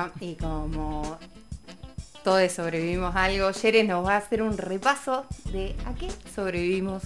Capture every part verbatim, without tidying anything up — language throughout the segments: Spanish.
Bueno, y como todos sobrevivimos a algo, Yere nos va a hacer un repaso de a qué sobrevivimos.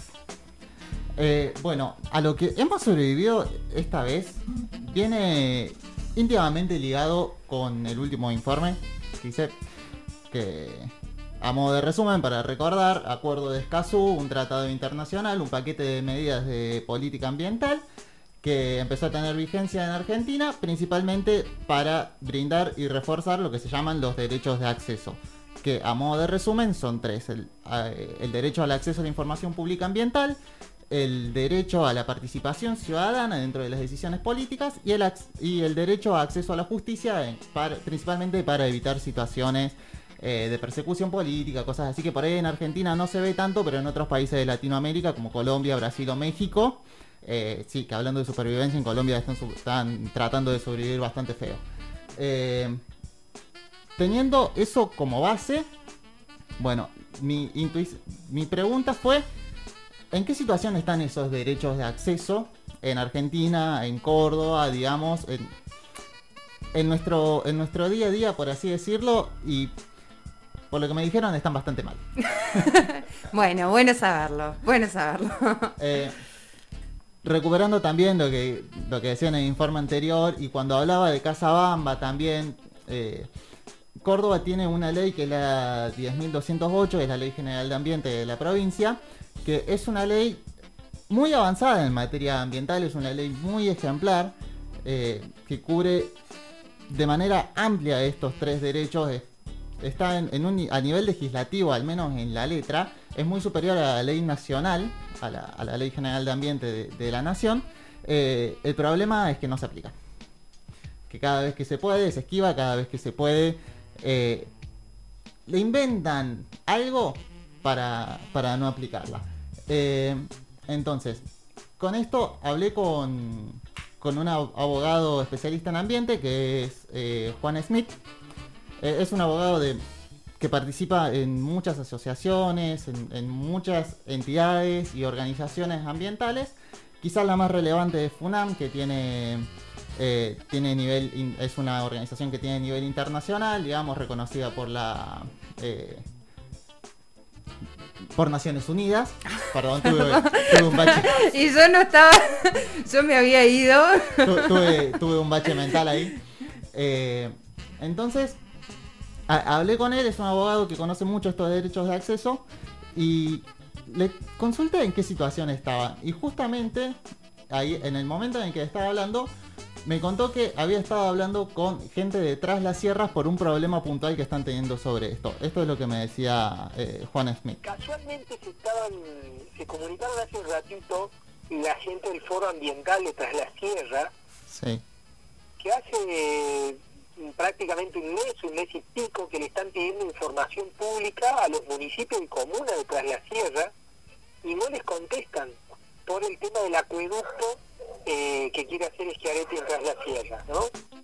Eh, bueno, a lo que hemos sobrevivido esta vez viene íntimamente ligado con el último informe que hice, que a modo de resumen, para recordar, Acuerdo de Escazú, un tratado internacional, un paquete de medidas de política ambiental que empezó a tener vigencia en Argentina, principalmente para brindar y reforzar lo que se llaman los derechos de acceso, que a modo de resumen son tres: el, el derecho al acceso a la información pública ambiental, el derecho a la participación ciudadana dentro de las decisiones políticas y el, y el derecho a acceso a la justicia, en, para, principalmente para evitar situaciones eh, de persecución política, cosas así que por ahí en Argentina no se ve tanto, pero en otros países de Latinoamérica como Colombia, Brasil o México, eh, sí, que hablando de supervivencia, en Colombia están, están tratando de sobrevivir bastante feo. Eh, teniendo eso como base, bueno, mi, intuic- mi pregunta fue: ¿en qué situación están esos derechos de acceso en Argentina, en Córdoba, digamos, en, en, nuestro, en nuestro día a día, por así decirlo? Y por lo que me dijeron, están bastante mal. Bueno, bueno saberlo, bueno saberlo. eh, recuperando también lo que, lo que decía en el informe anterior, y cuando hablaba de Casabamba también, eh, Córdoba tiene una ley que es la diez mil doscientos ocho, es la Ley General de Ambiente de la provincia, que es una ley muy avanzada en materia ambiental, es una ley muy ejemplar, eh, que cubre de manera amplia estos tres derechos. Es, está en, en un, a nivel legislativo, al menos en la letra, es muy superior a la ley nacional, a la, a la Ley General de Ambiente de, de la Nación. Eh, el problema es que no se aplica, que cada vez que se puede se esquiva, cada vez que se puede eh, le inventan algo para, para no aplicarla. Eh, entonces, con esto hablé con, con un abogado especialista en ambiente, que es eh, Juan Smith. Eh, es un abogado de, que participa en muchas asociaciones, en, en muchas entidades y organizaciones ambientales. Quizás la más relevante es FUNAM, que tiene, eh, tiene nivel, es una organización que tiene nivel internacional, digamos, reconocida por la... Eh, por Naciones Unidas. Perdón, tuve, tuve un bache. Y yo no estaba, yo me había ido. Tu, tuve, tuve un bache mental ahí. Eh, entonces, a, hablé con él, es un abogado que conoce mucho estos derechos de acceso, y le consulté en qué situación estaba. Y justamente, ahí, en el momento en el que estaba hablando, me contó que había estado hablando con gente de Tras las Sierras por un problema puntual que están teniendo sobre esto. Esto es lo que me decía eh, Juan Smith. Casualmente se estaban, se comunicaron hace un ratito la gente del Foro Ambiental de Tras las Sierras, sí, que hace eh, prácticamente un mes, un mes y pico, que le están pidiendo información pública a los municipios y comunas de Tras las Sierras, y no les contestan por el tema del acueducto Eh, que quiere hacer Schiaretti en Tras las Sierras, ¿no?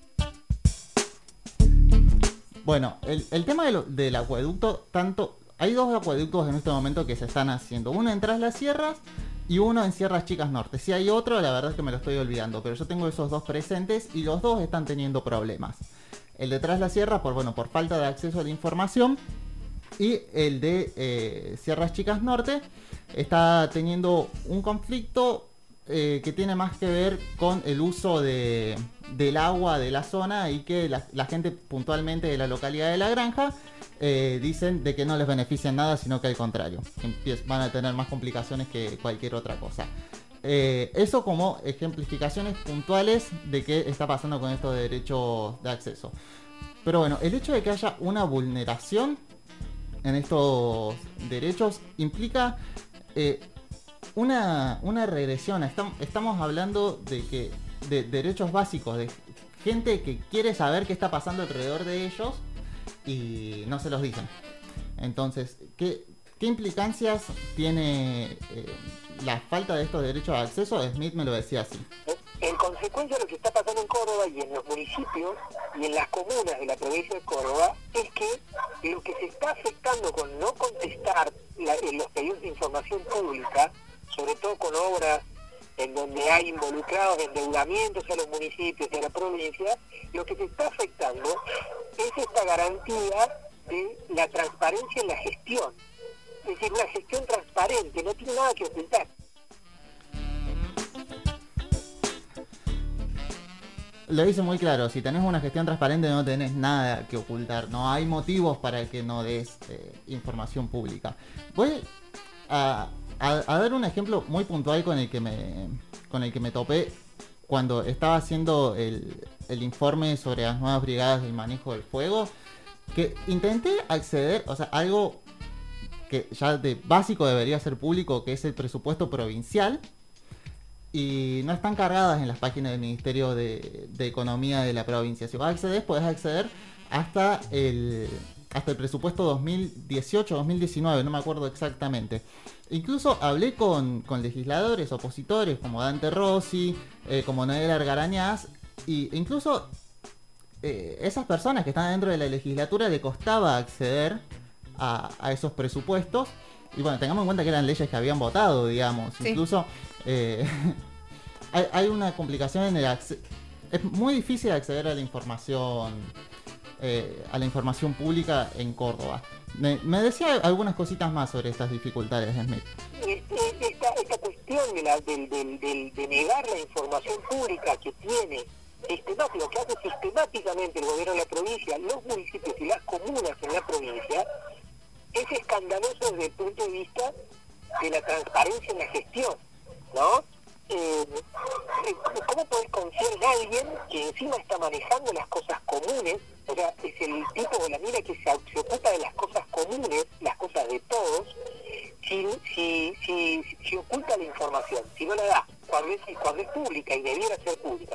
Bueno, el, el tema de lo, del acueducto, tanto hay dos acueductos en este momento que se están haciendo, uno en Tras las Sierras y uno en Sierras Chicas Norte. Si hay otro, la verdad es que me lo estoy olvidando, pero yo tengo esos dos presentes y los dos están teniendo problemas. El de Tras las Sierras por, bueno, por falta de acceso a la información, y el de eh, Sierras Chicas Norte está teniendo un conflicto Eh, que tiene más que ver con el uso de, del agua de la zona, y que la, la gente puntualmente de la localidad de La Granja eh, dicen de que no les beneficia en nada, sino que al contrario, empiezan, van a tener más complicaciones que cualquier otra cosa. Eh, eso como ejemplificaciones puntuales de qué está pasando con estos derechos de acceso. Pero bueno, el hecho de que haya una vulneración en estos derechos implica eh, Una, una regresión. Estamos, estamos hablando de que de derechos básicos, de gente que quiere saber qué está pasando alrededor de ellos y no se los dicen. Entonces, ¿qué, qué implicancias tiene eh, la falta de estos derechos de acceso? Smith me lo decía así. En consecuencia, lo que está pasando en Córdoba y en los municipios y en las comunas de la provincia de Córdoba es que lo que se está afectando con no contestar la, los pedidos de información pública, sobre todo con obras en donde hay involucrados endeudamientos a los municipios y a la provincia, lo que se está afectando es esta garantía de la transparencia en la gestión. Es decir, una gestión transparente, no tiene nada que ocultar. Lo dice muy claro, si tenés una gestión transparente no tenés nada que ocultar, no hay motivos para que no des eh, información pública. Voy a, a, a dar un ejemplo muy puntual con el que me, con el que me topé cuando estaba haciendo el, el informe sobre las nuevas brigadas del manejo del fuego, que intenté acceder, o sea, algo que ya de básico debería ser público, que es el presupuesto provincial, y no están cargadas en las páginas del Ministerio de, de Economía de la provincia. Si vos accedés, podés acceder hasta el, hasta el presupuesto dos mil dieciocho dos mil diecinueve, no me acuerdo exactamente. Incluso hablé con, con legisladores opositores como Dante Rossi, eh, como Noel Argarañaz, y incluso eh, esas personas que están dentro de la legislatura le costaba acceder a, a esos presupuestos. Y bueno, tengamos en cuenta que eran leyes que habían votado, digamos. Sí. Incluso eh, hay, hay una complicación en el acceso. Es muy difícil acceder a la información eh, a la información pública en Córdoba. Me, me decía algunas cositas más sobre estas dificultades, Smith. Esta, esta cuestión de, la, del, del, del, de negar la información pública que tiene sistemático, que hace sistemáticamente el gobierno de la provincia, los municipios y las comunas en la provincia, es escandaloso desde el punto de vista de la transparencia en la gestión, ¿no? Eh, ¿Cómo podés confiar en alguien que encima está manejando las cosas comunes? O sea, es el tipo o la mina que se, se ocupa de las cosas comunes, las cosas de todos, si, si, si, si oculta la información, si no la da, cuando es, cuando es pública y debiera ser pública.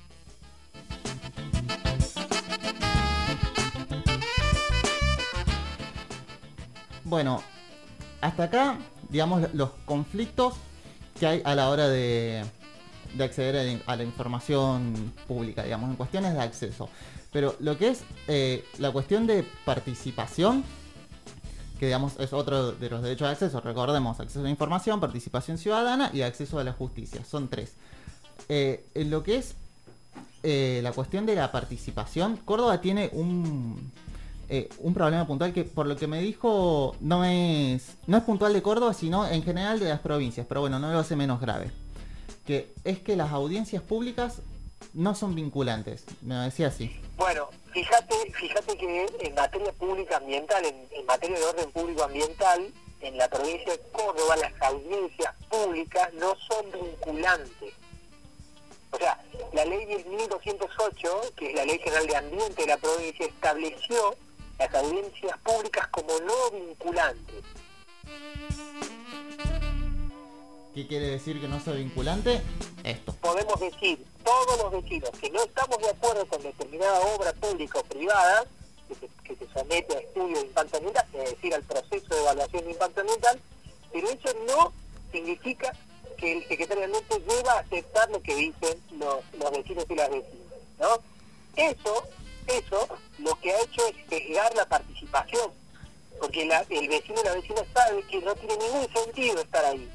Bueno, hasta acá, digamos, los conflictos que hay a la hora de, de acceder a la, a la información pública, digamos, en cuestiones de acceso. Pero lo que es eh, la cuestión de participación, que digamos es otro de los derechos de acceso, recordemos, acceso a la información, participación ciudadana y acceso a la justicia, son tres. Eh, en lo que es eh, la cuestión de la participación, Córdoba tiene un... Eh, un problema puntual que por lo que me dijo no es no es puntual de Córdoba, sino en general de las provincias, pero bueno, no lo hace menos grave, que es que las audiencias públicas no son vinculantes, me decía así. Bueno, fíjate fíjate que en materia pública ambiental, en, en materia de orden público ambiental, en la provincia de Córdoba las audiencias públicas no son vinculantes. O sea, la ley diez mil doscientos ocho, que es la ley general de ambiente de la provincia, estableció las audiencias públicas como no vinculantes. ¿Qué quiere decir que no sea vinculante? Esto. Podemos decir, todos los vecinos que no estamos de acuerdo con determinada obra pública o privada, que se, que se somete a estudio de impacto ambiental, es decir, al proceso de evaluación de impacto ambiental, pero eso no significa que el secretario de Ambiente deba aceptar lo que dicen los, los vecinos y las vecinas, ¿no? Eso, eso lo que ha hecho es sesgar la participación, porque la, el vecino y la vecina sabe que no tiene ningún sentido estar ahí.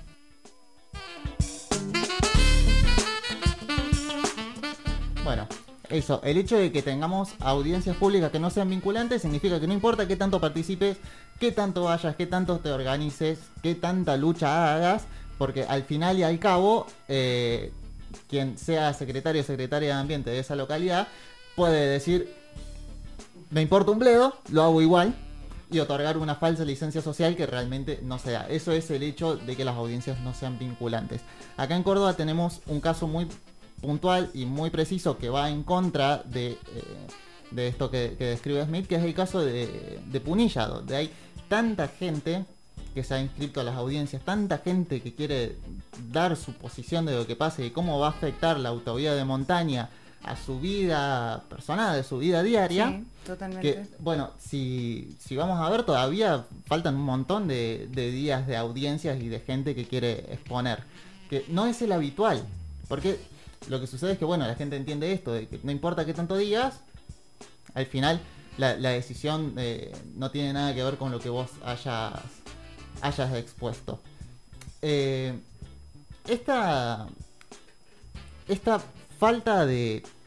Bueno, eso, el hecho de que tengamos audiencias públicas que no sean vinculantes significa que no importa qué tanto participes, qué tanto vayas, qué tanto te organices, qué tanta lucha hagas, porque al final y al cabo, eh, quien sea secretario o secretaria de ambiente de esa localidad puede decir, me importa un bledo, lo hago igual, y otorgar una falsa licencia social que realmente no se da. Eso es el hecho de que las audiencias no sean vinculantes. Acá en Córdoba tenemos un caso muy puntual y muy preciso que va en contra de, eh, de esto que, que describe Smith, que es el caso de, de Punilla, donde hay tanta gente que se ha inscrito a las audiencias, tanta gente que quiere dar su posición de lo que pasa y cómo va a afectar la autovía de montaña a su vida personal, de su vida diaria. Sí, totalmente. Que, bueno, si, si vamos a ver, todavía faltan un montón de, de días de audiencias y de gente que quiere exponer, que no es el habitual, porque lo que sucede es que, bueno, la gente entiende esto, de que no importa qué tanto digas, al final la, la decisión eh, no tiene nada que ver con lo que vos hayas, hayas expuesto. Eh, esta, esta falta de,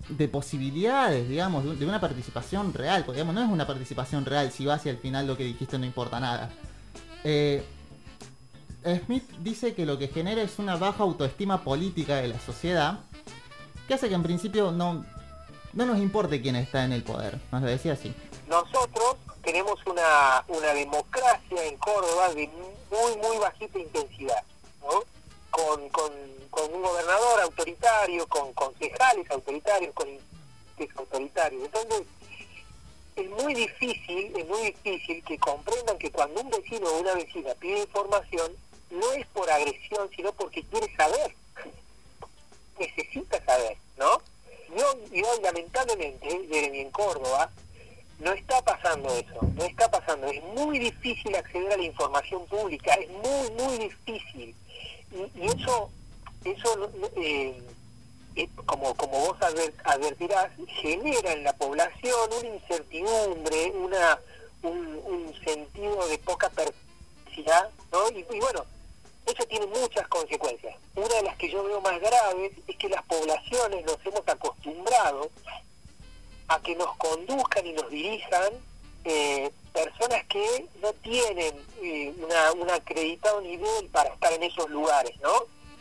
de posibilidades, digamos, de, de una participación real, porque digamos, no es una participación real si va hacia el final lo que dijiste no importa nada. Eh, Smith dice que lo que genera es una baja autoestima política de la sociedad, que hace que en principio no, no nos importe quién está en el poder, nos lo decía así. Nosotros tenemos una, una democracia en Córdoba de muy, muy bajita intensidad, ¿no? Con, con, con un gobernador autoritario, con concejales autoritarios, con intendentes autoritarios. Entonces, es muy difícil, es muy difícil que comprendan que cuando un vecino o una vecina pide información, no es por agresión, sino porque quiere saber. Necesita saber, ¿no? Y hoy, y hoy lamentablemente, Jeremy, en Córdoba, no está pasando eso, no está pasando. Es muy difícil acceder a la información pública, es muy, muy difícil. Y, y eso, eso eh, eh, como, como vos adver, advertirás, genera en la población una incertidumbre, una un, un sentido de poca perplejidad, ¿no? Y, y bueno, eso tiene muchas consecuencias. Una de las que yo veo más graves es que las poblaciones nos hemos acostumbrado a que nos conduzcan y nos dirijan eh, personas que no tienen eh, una, un acreditado nivel para estar en esos lugares, ¿no?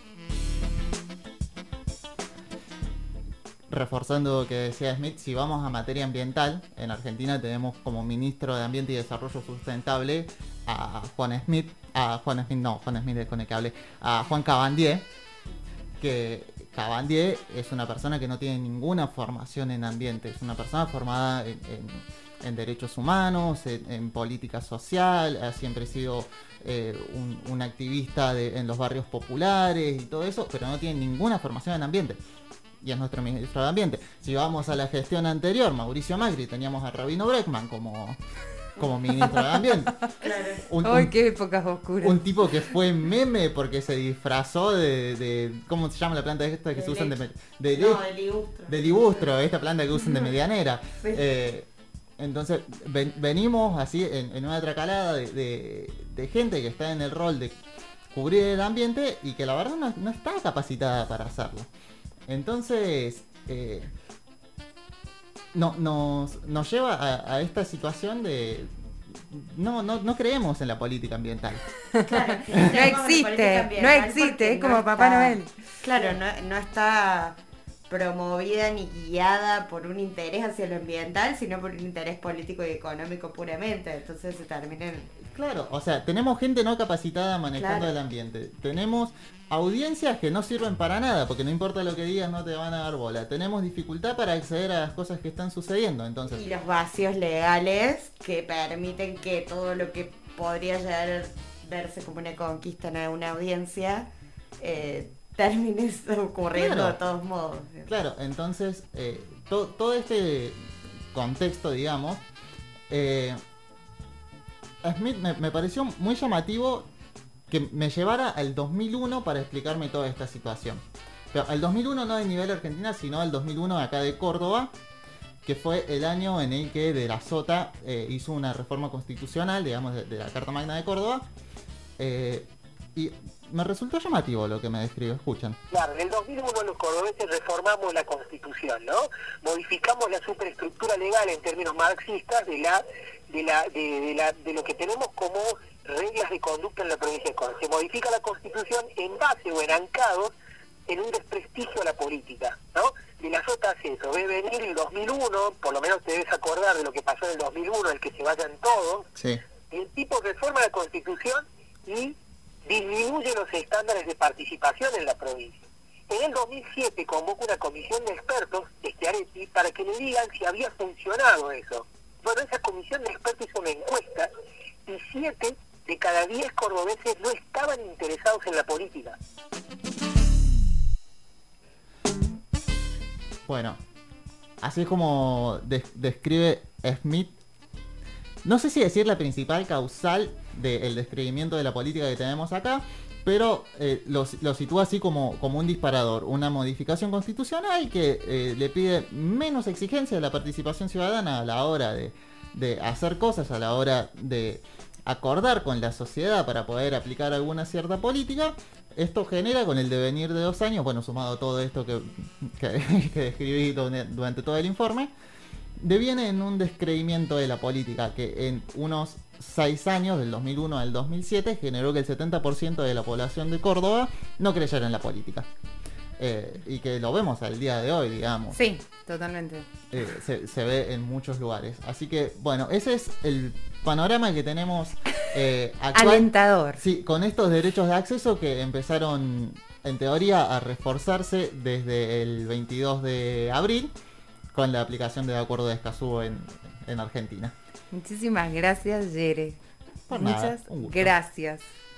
Reforzando lo que decía Smith, si vamos a materia ambiental, en Argentina tenemos como ministro de Ambiente y Desarrollo Sustentable a Juan Smith, a Juan Smith, no, Juan Smith es con el que hablé, a Juan Cabandier, que Cabandier es una persona que no tiene ninguna formación en ambiente, es una persona formada en, en, en derechos humanos, en, en política social, ha siempre sido eh, un, un activista de, en los barrios populares y todo eso, pero no tiene ninguna formación en ambiente. Y es nuestro ministro de Ambiente. Si vamos a la gestión anterior, Mauricio Macri, teníamos a Rabino Breckman como, como ministro de Ambiente. Un, ¡Ay, un, qué épocas oscuras! un tipo que fue meme porque se disfrazó de, de ¿cómo se llama la planta esta que de se usan de, de de, no, de ligustro. de ligustro, esta planta que usan de medianera? Sí. Eh, entonces, ven, venimos así en, en una tracalada de, de, de gente que está en el rol de cubrir el ambiente y que la verdad no, no está capacitada para hacerlo. Entonces, eh, no, nos, nos lleva a, a esta situación de... No, no, no creemos en la política ambiental. Claro, No existe, no existe, es como no Papá está- Noel. Claro, no, no está promovida ni guiada por un interés hacia lo ambiental, sino por un interés político y económico puramente. Entonces se termina en... Claro, o sea, tenemos gente no capacitada manejando Claro. el ambiente. Tenemos audiencias que no sirven para nada, porque no importa lo que digas, no te van a dar bola. Tenemos dificultad para acceder a las cosas que están sucediendo, entonces... Y los vacíos legales que permiten que todo lo que podría llegar a verse como una conquista en una audiencia eh, termine ocurriendo Claro. de todos modos. Claro, entonces, eh, to- todo este contexto, digamos, eh, Smith me, me pareció muy llamativo que me llevara al dos mil uno para explicarme toda esta situación. Pero al dos mil uno no de nivel Argentina, sino al dos mil uno acá de Córdoba, que fue el año en el que De la Sota eh, hizo una reforma constitucional, digamos, de, de la Carta Magna de Córdoba. Eh, y me resultó llamativo lo que me describe, escuchan. Claro, en el dos mil uno los cordobeses reformamos la Constitución, ¿no? Modificamos la superestructura legal en términos marxistas de la de la de, de la de lo que tenemos como reglas de conducta en la provincia de Córdoba. Se modifica la Constitución en base o en ancados en un desprestigio a la política, ¿no? De la Sota hace eso, ve venir el dos mil uno, por lo menos te debes acordar de lo que pasó en el dos mil uno, el que se vayan todos, Sí. y el tipo reforma la Constitución y disminuye los estándares de participación en la provincia. En el dos mil siete convoca una comisión de expertos, Schiaretti, para que le digan si había funcionado eso. Bueno, esa comisión de expertos hizo una encuesta y siete de cada diez cordobeses no estaban interesados en la política. Bueno, así es como des- describe Smith. No sé si decir la principal causal del descreimiento de la política que tenemos acá, pero eh, lo, lo sitúa así como, como un disparador, una modificación constitucional que eh, le pide menos exigencia de la participación ciudadana a la hora de, de hacer cosas, a la hora de acordar con la sociedad para poder aplicar alguna cierta política. Esto genera, con el devenir de dos años, bueno, sumado todo esto que, que, que describí durante todo el informe, deviene en un descreimiento de la política que en unos seis años, del dos mil uno al dos mil siete, generó que el setenta por ciento de la población de Córdoba no creyera en la política. Eh, y que lo vemos al día de hoy, digamos. Sí, totalmente. Eh, se, se ve en muchos lugares. Así que, bueno, ese es el panorama que tenemos eh, actual. Alentador. Sí, con estos derechos de acceso que empezaron, en teoría, a reforzarse desde el veintidós de abril, con la aplicación del Acuerdo de Escazú en, en Argentina. Muchísimas gracias, Yere. Por nada, Muchas un gusto. gracias.